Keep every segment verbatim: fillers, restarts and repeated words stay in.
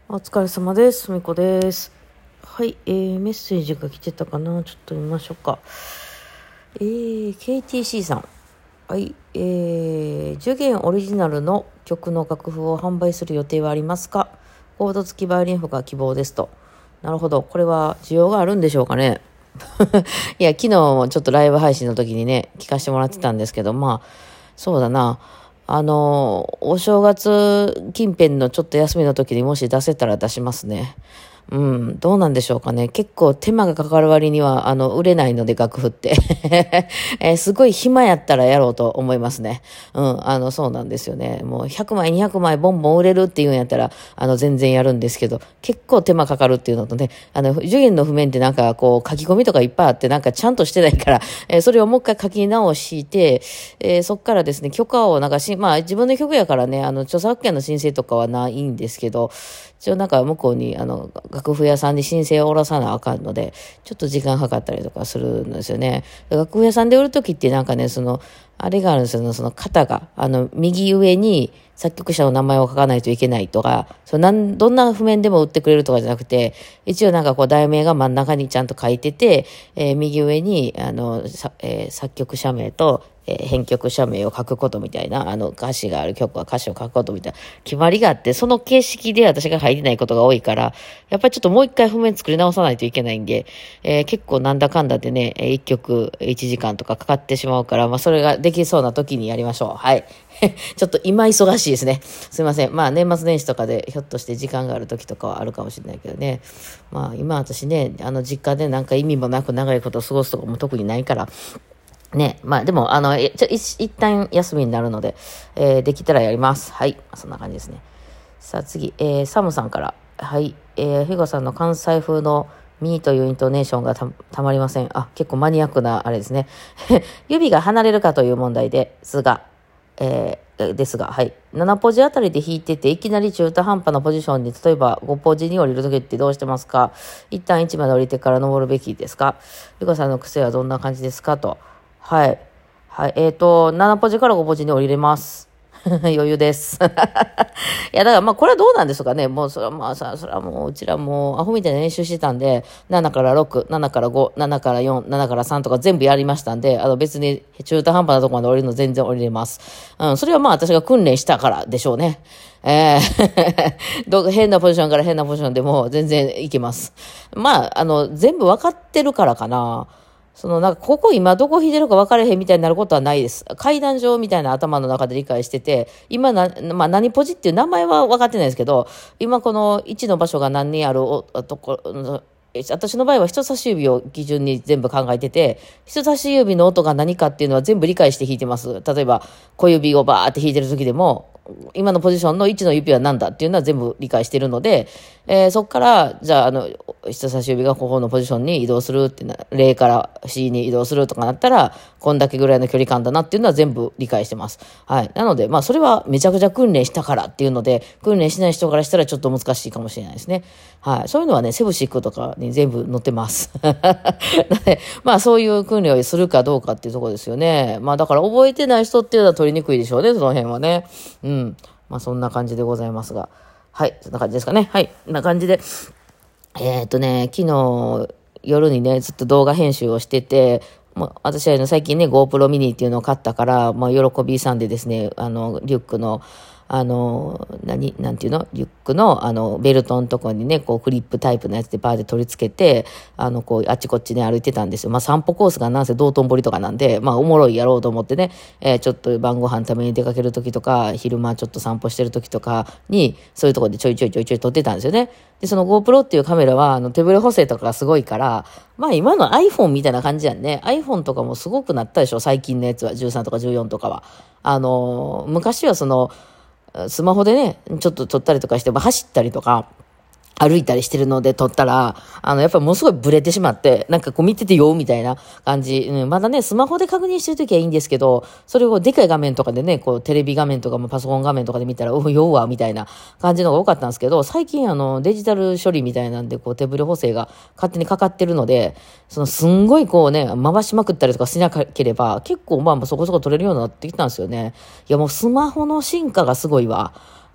お疲れ様です。みこです。はい、えー、メッセージが来てたかな。ちょっと見ましょうか。えー、ケーティーシー さん。はい、えー、ジュゲンオリジナルの曲の楽譜を販売する予定はありますか？コード付きバイオリン譜が希望ですと。なるほど。これは需要があるんでしょうかね。いや、昨日もちょっとライブ配信の時にね、聞かせてもらってたんですけど、まあ、そうだな。あの、お正月近辺のちょっと休みの時にもし出せたら出しますね。うん、どうなんでしょうかね。結構手間がかかる割には、あの、売れないので楽譜って、えーすごい暇やったらやろうと思いますね。うん、あの、そうなんですよね。もうひゃくまい、にひゃくまいボンボン売れるっていうんやったら、あの、全然やるんですけど、結構手間かかるっていうのとね、あの、受験の譜面ってなんかこう、書き込みとかいっぱいあって、なんかちゃんとしてないから、えーそれをもう一回書き直して、えーそっからですね、許可をなんかし、まあ自分の曲やからね、あの、著作権の申請とかはないんですけど、一応なんか向こうに、あの、楽譜屋さんに申請を下ろさなあかんので、ちょっと時間かかったりとかするんですよね。楽譜屋さんで売るときってなんかね、その、あれがあるんですよね、その型が、あの、右上に作曲者の名前を書かないといけないとか、そのなん、どんな譜面でも売ってくれるとかじゃなくて、一応なんかこう題名が真ん中にちゃんと書いてて、えー右上に、あの、さえー作曲者名と、えー編曲者名を書くことみたいな、あの歌詞がある曲は歌詞を書くことみたいな決まりがあって、その形式で私が入れないことが多いから、やっぱりちょっともう一回譜面作り直さないといけないんで、えー結構なんだかんだでね、えー一曲いちじかんとかかかってしまうから、まあそれができそうな時にやりましょう。はい。ちょっと今忙しいですね。すいません。まあ年末年始とかでひょっとして時間がある時とかはあるかもしれないけどね。まあ今私ね、あの実家でなんか意味もなく長いことを過ごすとかも特にないから、ね、まあでも、あの、えちょ一一旦休みになるので、えーできたらやります。はい。そんな感じですね。さあ次、えーサムさんから。はい。えー、フィゴさんの関西風のミーというイントネーションがたたまりません。あ、結構マニアックなあれですね。指が離れるかという問題ですが、えーですが、はい。ななポジあたりで弾いてて、いきなり中途半端なポジションに、例えばごポジに降りるときってどうしてますか？一旦いちまで降りてから登るべきですか？フィゴさんの癖はどんな感じですかと。はい。はい。えっ、と、ななポジからごポジに降りれます。余裕です。いや、だからまあ、これはどうなんですかね。もう、それはまあさ、それはもう、うちらもう、アホみたいな練習してたんで、ななからろく、ななからご、ななからよん、ななからさんとか全部やりましたんで、あの別に中途半端なところまで降りるの全然降りれます。うん、それはまあ私が訓練したからでしょうね。えーど変なポジションから変なポジションでも全然いけます。まあ、あの、全部わかってるからかな。そのなんかここ今どこ弾いてるか分かれへんみたいになることはないです。階段上みたいな頭の中で理解してて、今な、まあ何ポジっていう名前は分かってないですけど、今このいちの場所が何にあるおところ、私の場合は人差し指を基準に全部考えてて、人差し指の音が何かっていうのは全部理解して弾いてます。例えば小指をバーって弾いてる時でも、今のポジションのいちの指は何だっていうのは全部理解しているので、えーそこから、じゃあ、あの、人差し指がここのポジションに移動するってな、ゼロから C に移動するとかなったら、こんだけぐらいの距離感だなっていうのは全部理解してます。はい。なので、まあ、それはめちゃくちゃ訓練したからっていうので、訓練しない人からしたらちょっと難しいかもしれないですね。はい。そういうのはね、セブシックとかに全部載ってます。なので、まあ、そういう訓練をするかどうかっていうところですよね。まあ、だから覚えてない人っていうのは取りにくいでしょうね、その辺はね。うん。まあ、そんな感じでございますが。はい。そんな感じですかね。はい。こんな感じで。えーっとね、昨日夜にね、ずっと動画編集をしてて、まあ、私は最近ね、GoPro mini っていうのを買ったから、まあ、喜びさんでですね、あの、リュックの、あの、何、なんていうのリュックの、あの、ベルトのところにね、こう、クリップタイプのやつでバーで取り付けて、あの、こう、あっちこっちね、歩いてたんですよ。まあ、散歩コースがなんせ道頓堀とかなんで、まあ、おもろいやろうと思ってね、えーちょっと晩ご飯食べに出かけるときとか、昼間ちょっと散歩してるときとかに、そういうところでちょいちょいちょいちょい撮ってたんですよね。で、その GoPro っていうカメラは、あの、手ブレ補正とかがすごいから、まあ今の iPhone みたいな感じやんね。iPhone とかもすごくなったでしょ、最近のやつは。じゅうさんとかじゅうよんとかは。あのー昔はその、スマホでね、ちょっと撮ったりとかして、まあ、走ったりとか、歩いたりしてるので撮ったら、あの、やっぱりものすごいブレてしまって、なんかこう見ててよ、みたいな感じ。うん、まだね、スマホで確認してるときはいいんですけど、それをでかい画面とかでね、こうテレビ画面とかもパソコン画面とかで見たら、おようわ、みたいな感じのが多かったんですけど、最近あの、デジタル処理みたいなんで、こう手ブレ補正が勝手にかかってるので、そのすんごいこうね、回しまくったりとかしなければ、結構まあそこそこ撮れるようになってきたんですよね。いやもうスマホの進化がすごいわ。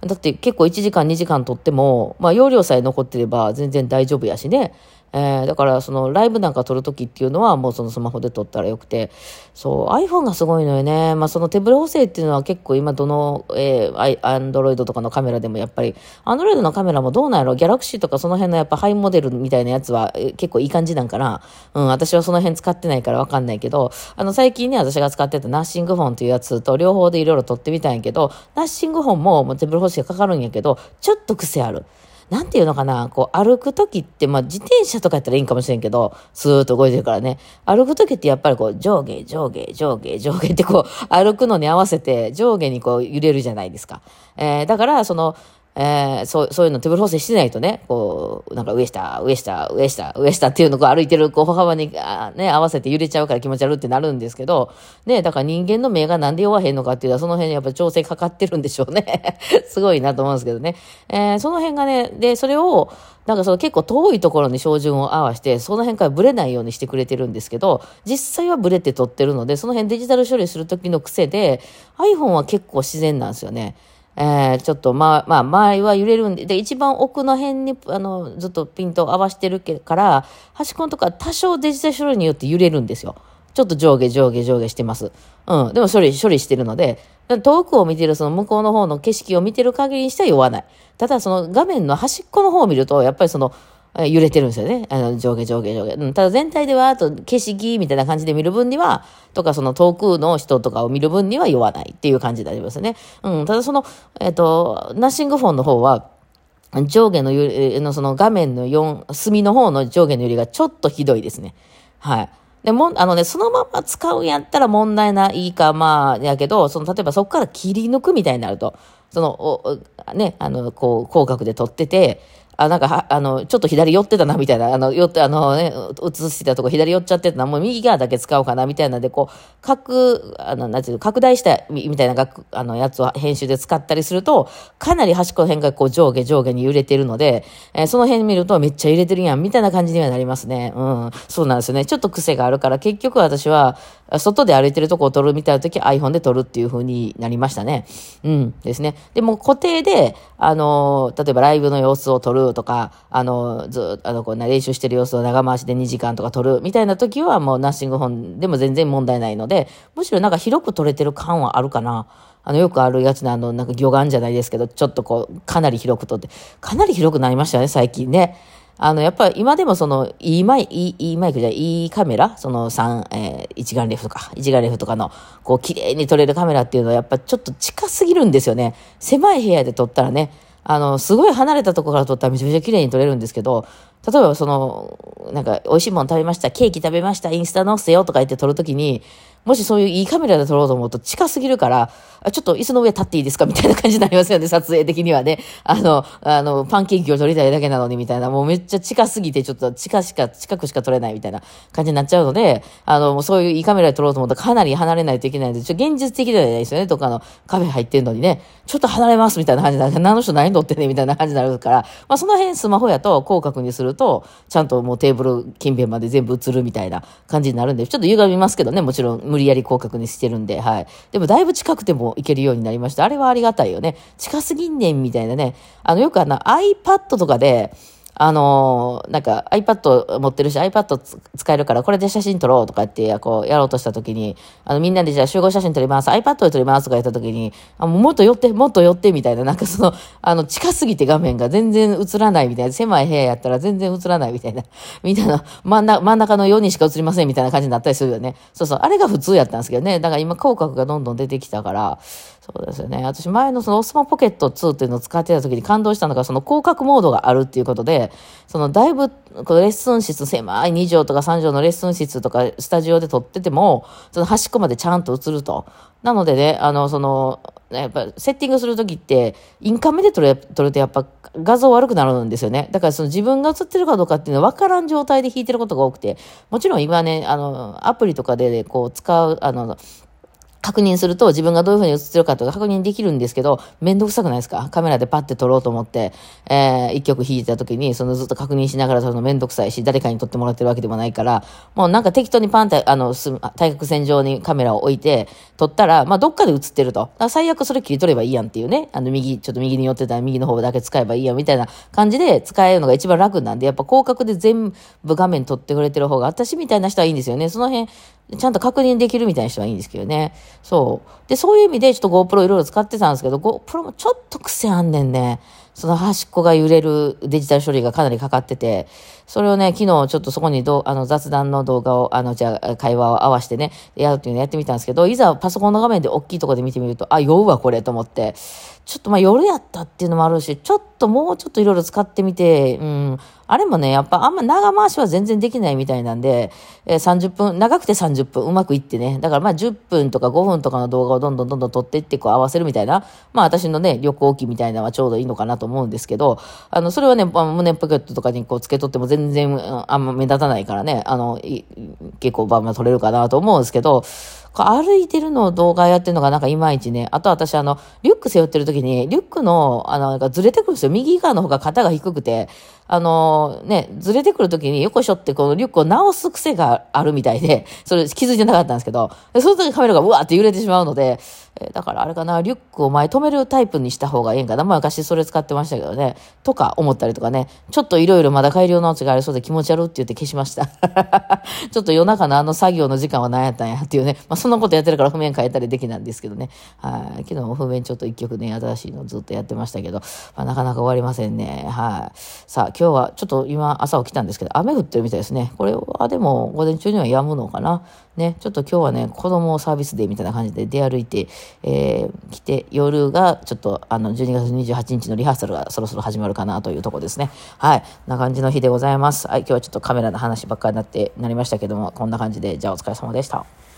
だって結構いちじかんにじかん撮っても、まあ容量さえ残ってれば全然大丈夫やしね。えー、だからそのライブなんか撮るときっていうのはもうそのスマホで撮ったらよくて、そう iPhone がすごいのよね。まあその手ブレ補正っていうのは結構今どの、えー、Android とかのカメラでもやっぱり Android のカメラもどうなんやろ、ギャラクシーとかその辺のやっぱハイモデルみたいなやつは、えー、結構いい感じなんかな。うん、私はその辺使ってないからわかんないけど、あの最近ね私が使ってたナッシングフォンというやつと両方でいろいろ撮ってみたんやけど、ナッシングフォンももう手ブレ補正かかるんやけどちょっと癖ある。なんていうのかな、こう歩くときって、まあ自転車とかやったらいいんかもしれんけど、スーッと動いてるからね。歩くときってやっぱりこう上下上下上下上下ってこう歩くのに合わせて上下にこう揺れるじゃないですか。えー、だからその、えー、そう、そういうの手ブレ補正してないとね、こう、なんか上下、上下、上下、上下っていうのをこう歩いてるこう歩幅にあ、ね、合わせて揺れちゃうから気持ち悪いってなるんですけど、ね、だから人間の目がなんで弱へんのかっていうのはその辺にやっぱり調整かかってるんでしょうね。すごいなと思うんですけどね。えー、その辺がね、で、それを、なんかその結構遠いところに照準を合わせて、その辺からブレないようにしてくれてるんですけど、実際はブレて撮ってるので、その辺デジタル処理する時の癖で、iPhone は結構自然なんですよね。えー、ちょっとまあ、まあ、前は揺れるんで、で、一番奥の辺に、あの、ずっとピントを合わせてるから、端っこのとか多少デジタル処理によって揺れるんですよ。ちょっと上下上下上下してます。うん。でも処理、処理してるので、遠くを見てるその向こうの方の景色を見てる限りにしては酔わない。ただその画面の端っこの方を見ると、やっぱりその、揺れてるんですよね。あの、上下上下上下。うん、ただ全体では、あと景色みたいな感じで見る分には、とかその遠くの人とかを見る分には酔わないっていう感じになりますね。うん、ただその、えっと、ナッシングフォンの方は、上下の揺れ、のその画面のよん、隅の方の上下の揺れがちょっとひどいですね。はい。でも、あのね、そのまま使うんやったら問題ないか、まあ、やけど、その、例えばそこから切り抜くみたいになると、その、おね、あの、こう、広角で撮ってて、あ、なんかは、あの、ちょっと左寄ってたな、みたいな、あの、寄って、あのね、映してたとこ左寄っちゃってたな、もう右側だけ使おうかな、みたいなんで、こう、拡、あの、なんていうの、拡大したみ、みたいな、あの、やつを編集で使ったりすると、かなり端っこの辺がこう、上下上下に揺れてるので、えー、その辺見るとめっちゃ揺れてるやん、みたいな感じにはなりますね。うん。そうなんですよね。ちょっと癖があるから、結局私は、外で歩いてるとこを撮るみたいな時 iPhone で撮るっていう風になりましたね。うんですね。でも固定で、あの、例えばライブの様子を撮るとか、あの、ずっと、あの、こう練習してる様子を長回しでにじかんとか撮るみたいな時はもうナッシングフォンでも全然問題ないので、むしろなんか広く撮れてる感はあるかな。あの、よくあるやつのあの、なんか魚眼じゃないですけど、ちょっとこう、かなり広く撮って、かなり広くなりましたね、最近ね。あの、やっぱり今でもその、いいマイ、いい、いいマイクじゃない、いいカメラそのさん、えー、一眼レフとか、一眼レフとかの、こう、綺麗に撮れるカメラっていうのはやっぱちょっと近すぎるんですよね。狭い部屋で撮ったらね、あの、すごい離れたところから撮ったらめちゃめちゃ綺麗に撮れるんですけど、例えばその、なんか、美味しいもの食べました、ケーキ食べました、インスタ載せよとか言って撮るときに、もしそういういいカメラで撮ろうと思うと近すぎるから、ちょっと椅子の上立っていいですかみたいな感じになりますよね、撮影的にはね。あの、あの、パンケーキを撮りたいだけなのにみたいな、もうめっちゃ近すぎてちょっと近しか、近くしか撮れないみたいな感じになっちゃうので、あの、そういういいカメラで撮ろうと思ったらかなり離れないといけないので、ちょっと現実的ではないですよね、とかのカフェ入ってんのにね、ちょっと離れますみたいな感じになる。何の人何撮ってねみたいな感じになるから、まあその辺スマホやと広角にすると、ちゃんともうテーブル近辺まで全部映るみたいな感じになるんで、ちょっと歪みますけどね、もちろん無理やり広角にしてるんで、はい。でもだいぶ近くてもいけるようになりました。あれはありがたいよね。近すぎんねんみたいなね。あの、よくあの iPad とかで、あのー、なんか iPad 持ってるし iPad 使えるからこれで写真撮ろうとかってこうやろうとした時に、あのみんなでじゃあ集合写真撮ります iPad で撮りますとか言った時に、あもうもっと寄ってもっと寄ってみたいな、なんかそのあの近すぎて画面が全然映らないみたいな、狭い部屋やったら全然映らないみたいなみたいな、真ん中真ん中のよにんしか映りませんみたいな感じになったりするよね。そうそう、あれが普通やったんですけどね。だから今広角がどんどん出てきたから、そうですよね。私前のそのオスモポケットツーっていうのを使ってた時に感動したのが、その広角モードがあるっていうことで、そのだいぶこうレッスン室、狭いにじょうとかさんじょうのレッスン室とかスタジオで撮ってても、その端っこまでちゃんと映ると。なのでね、あの、その、やっぱセッティングするときって、インカメで撮る、撮るとやっぱ画像悪くなるんですよね。だからその自分が映ってるかどうかっていうのは分からん状態で弾いてることが多くて、もちろん今ね、あの、アプリとかでこう使う、あの、 確認すると自分がどういう風に映ってるかとか確認できるんですけど、めんどくさくないですか？カメラでパッて撮ろうと思って、えー、一曲弾いた時に、そのずっと確認しながら撮るのめんどくさいし、誰かに撮ってもらってるわけでもないから、もうなんか適当にパンって、あの、す対角線上にカメラを置いて撮ったら、まあどっかで映ってると。だから最悪それ切り取ればいいやんっていうね。あの、右、ちょっと右に寄ってたら右の方だけ使えばいいやみたいな感じで使えるのが一番楽なんで、やっぱ広角で全部画面撮ってくれてる方が、私みたいな人はいいんですよね。その辺、ちゃんと確認できるみたいな人はいいんですけどね。そう。で、そういう意味でちょっと GoPro いろいろ使ってたんですけど、GoPro もちょっと癖あんねんね。その端っこが揺れるデジタル処理がかなりかかってて、それをね、昨日ちょっとそこにどあの雑談の動画を、あの、じゃあ会話を合わせてね、やるっていうのやってみたんですけど、いざパソコンの画面で大きいところで見てみると、あ、酔うわこれと思って、ちょっとまあ夜やったっていうのもあるし、ちょっともうちょっといろいろ使ってみて、うん、あれもね、やっぱあんま長回しは全然できないみたいなんで、えー、さんじゅっぷん、長くてさんじゅっぷん、うまくいってね、だからまあじゅっぷんとかごふんとかの動画をどんどんどんどん撮っていってこう合わせるみたいな、まあ私のね、旅行記みたいなのはちょうどいいのかなと思うんですけど、あの、それはね、胸ポケットとかにこうつけとっても全然、あんま目立たないからね、あの、結構バンバン撮れるかなと思うんですけど、歩いてるのを動画やってるのがなんかいまいちね。あと私あの、リュック背負ってる時に、リュックの、あの、なんかずれてくるんですよ。右側の方が肩が低くて、あの、ね、ずれてくる時によこしょってこのリュックを直す癖があるみたいで、それ気づいてなかったんですけど、その時カメラがうわーって揺れてしまうので、えーだからあれかな、リュックを前止めるタイプにした方がいいんかな。まあ昔それ使ってましたけどね。とか思ったりとかね。ちょっといろいろまだ改良のうちがありそうで気持ち悪って言って消しました。ちょっと夜中のあの作業の時間は何やったんやっていうね。まあそんなことやってるから譜面変えたりできなんですけどね。はい。昨日も譜面ちょっと一曲ね、新しいのずっとやってましたけど、まあ、なかなか終わりませんね。はい。さあ今日はちょっと今朝起きたんですけど、雨降ってるみたいですね。これはでも午前中には止むのかな。ね。ちょっと今日はね、子供サービスデーみたいな感じで出歩いて、えー、来て、夜がちょっとあのじゅうにがつにじゅうはちにちのリハーサルがそろそろ始まるかなというところですね。はい。こんな感じの日でございます。はい。今日はちょっとカメラの話ばっかりになって、なりましたけども、こんな感じで、じゃあお疲れ様でした。